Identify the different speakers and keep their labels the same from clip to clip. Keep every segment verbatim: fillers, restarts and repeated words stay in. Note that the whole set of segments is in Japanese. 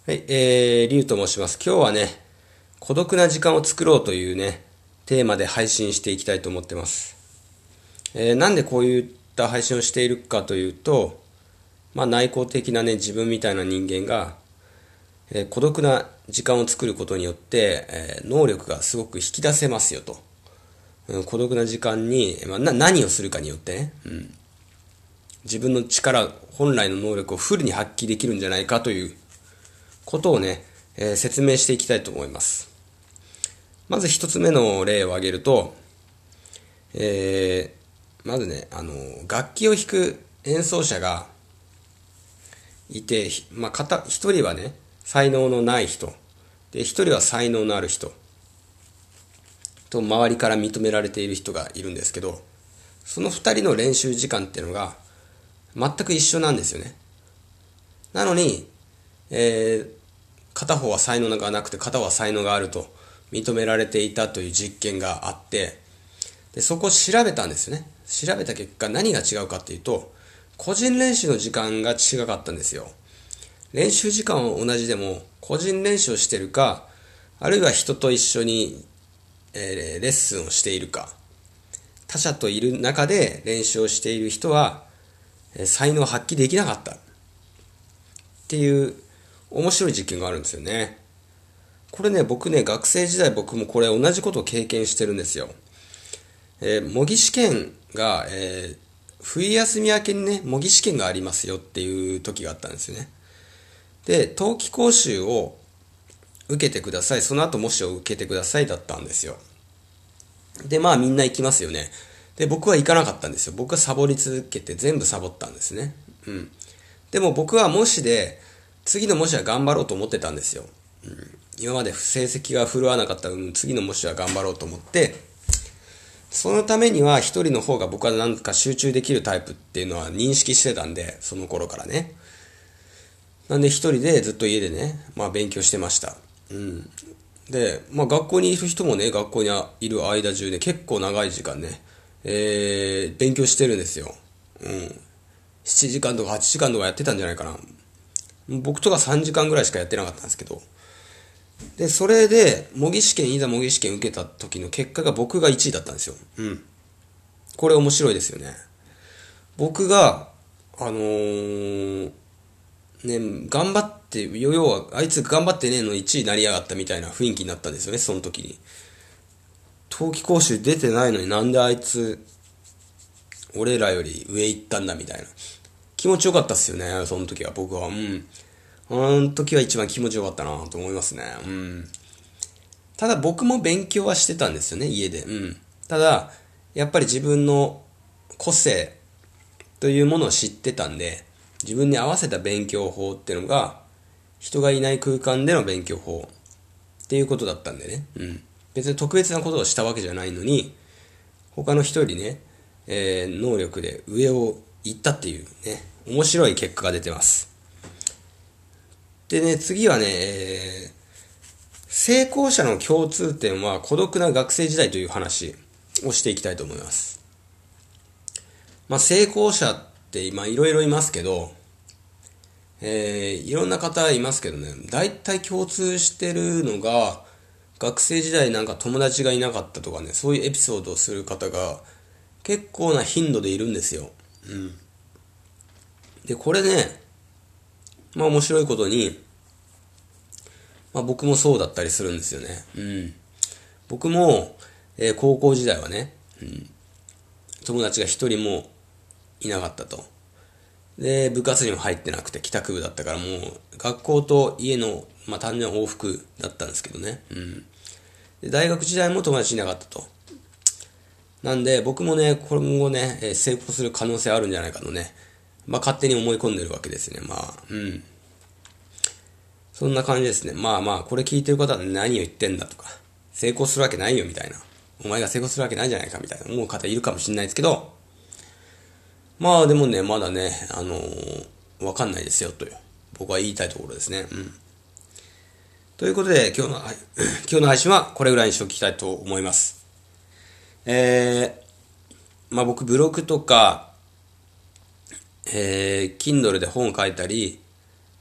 Speaker 1: はい、えー、リュウと申します。今日はね、孤独な時間を作ろうというね、テーマで配信していきたいと思ってます。えー、なんでこういった配信をしているかというと、まあ内向的なね、自分みたいな人間が、えー孤独な時間を作ることによって、えー能力がすごく引き出せますよと。うん、孤独な時間に、まあ、な何をするかによってね、うん、自分の力、本来の能力をフルに発揮できるんじゃないかということをね、えー説明していきたいと思います。まず一つ目の例を挙げると、えー、まずね、あの、楽器を弾く演奏者がいて、まあ、片、一人はね、才能のない人、で、一人は才能のある人、と周りから認められている人がいるんですけど、その二人の練習時間っていうのが全く一緒なんですよね。なのに、えー片方は才能がなくて片方は才能があると認められていたという実験があって、でそこを調べたんですよね。調べた結果何が違うかっていうと、個人練習の時間が違かったんですよ。練習時間は同じでも個人練習をしているか、あるいは人と一緒に、えーレッスンをしているか、他者といる中で練習をしている人は、えー才能を発揮できなかったっていう面白い実験があるんですよね。これね、僕ね、学生時代僕もこれ同じことを経験してるんですよ。えー模擬試験が、えー冬休み明けにね、模擬試験がありますよっていう時があったんですよね。で、冬季講習を受けてください。その後模試を受けてくださいだったんですよ。で、まあみんな行きますよね。で、僕は行かなかったんですよ。僕はサボり続けて全部サボったんですね。うん。でも僕は模試で、次の模試は頑張ろうと思ってたんですよ。うん、今まで成績が振るわなかった分、次の模試は頑張ろうと思って、そのためには一人の方が僕はなんか集中できるタイプっていうのは認識してたんで、その頃からね。なんで一人でずっと家でね、まあ勉強してました。うん。で、まあ学校にいる人もね、学校にいる間中ね、結構長い時間ね、えー、勉強してるんですよ。うん。ななじかんとかはちじかんとかやってたんじゃないかな。僕とかさんじかんぐらいしかやってなかったんですけど。で、それで、模擬試験、いざ模擬試験受けた時の結果が僕がいちいだったんですよ。うん。これ面白いですよね。僕が、あのー、ね、頑張って、要は、あいつ頑張ってねえのいちいになりやがったみたいな雰囲気になったんですよね、その時に。冬季講習出てないのになんであいつ、俺らより上行ったんだみたいな。気持ちよかったっすよね、その時は僕は。うん。あの時は一番気持ちよかったなと思いますね。うん。ただ僕も勉強はしてたんですよね、家で。うん。ただ、やっぱり自分の個性というものを知ってたんで、自分に合わせた勉強法っていうのが、人がいない空間での勉強法っていうことだったんでね。うん。別に特別なことをしたわけじゃないのに、他の人よりね、えー能力で上を行ったっていうね、面白い結果が出てます。でね、次はね、えー成功者の共通点は孤独な学生時代という話をしていきたいと思います。まあ、成功者って今いろいろいますけど、えー、いろんな方いますけどね、大体共通してるのが、学生時代なんか友達がいなかったとかね、そういうエピソードをする方が結構な頻度でいるんですよ。うん。で、これね、まあ面白いことに、まあ僕もそうだったりするんですよね。うん。僕も、えー高校時代はね、うん、友達が一人もいなかったと。で、部活にも入ってなくて帰宅部だったからもう、学校と家の、まあ単純な往復だったんですけどね。うん。で、大学時代も友達いなかったと。なんで、僕もね、今後ね、えー成功する可能性あるんじゃないかとね、まあ勝手に思い込んでるわけですね。まあ、うん。そんな感じですね。まあまあ、これ聞いてる方は何を言ってんだとか、成功するわけないよみたいな。お前が成功するわけないじゃないかみたいな思う方いるかもしれないですけど、まあでもね、まだね、あのーわかんないですよという、僕は言いたいところですね。うん。ということで、今日の、今日の配信はこれぐらいにしておきたいと思います。えー、まあ僕ブログとか、えー、Kindle で本を書いたり、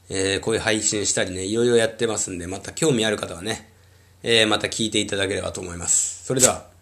Speaker 1: えー、こういう配信したりね、いろいろやってますんで、また興味ある方はね、えー、また聞いていただければと思います。それでは。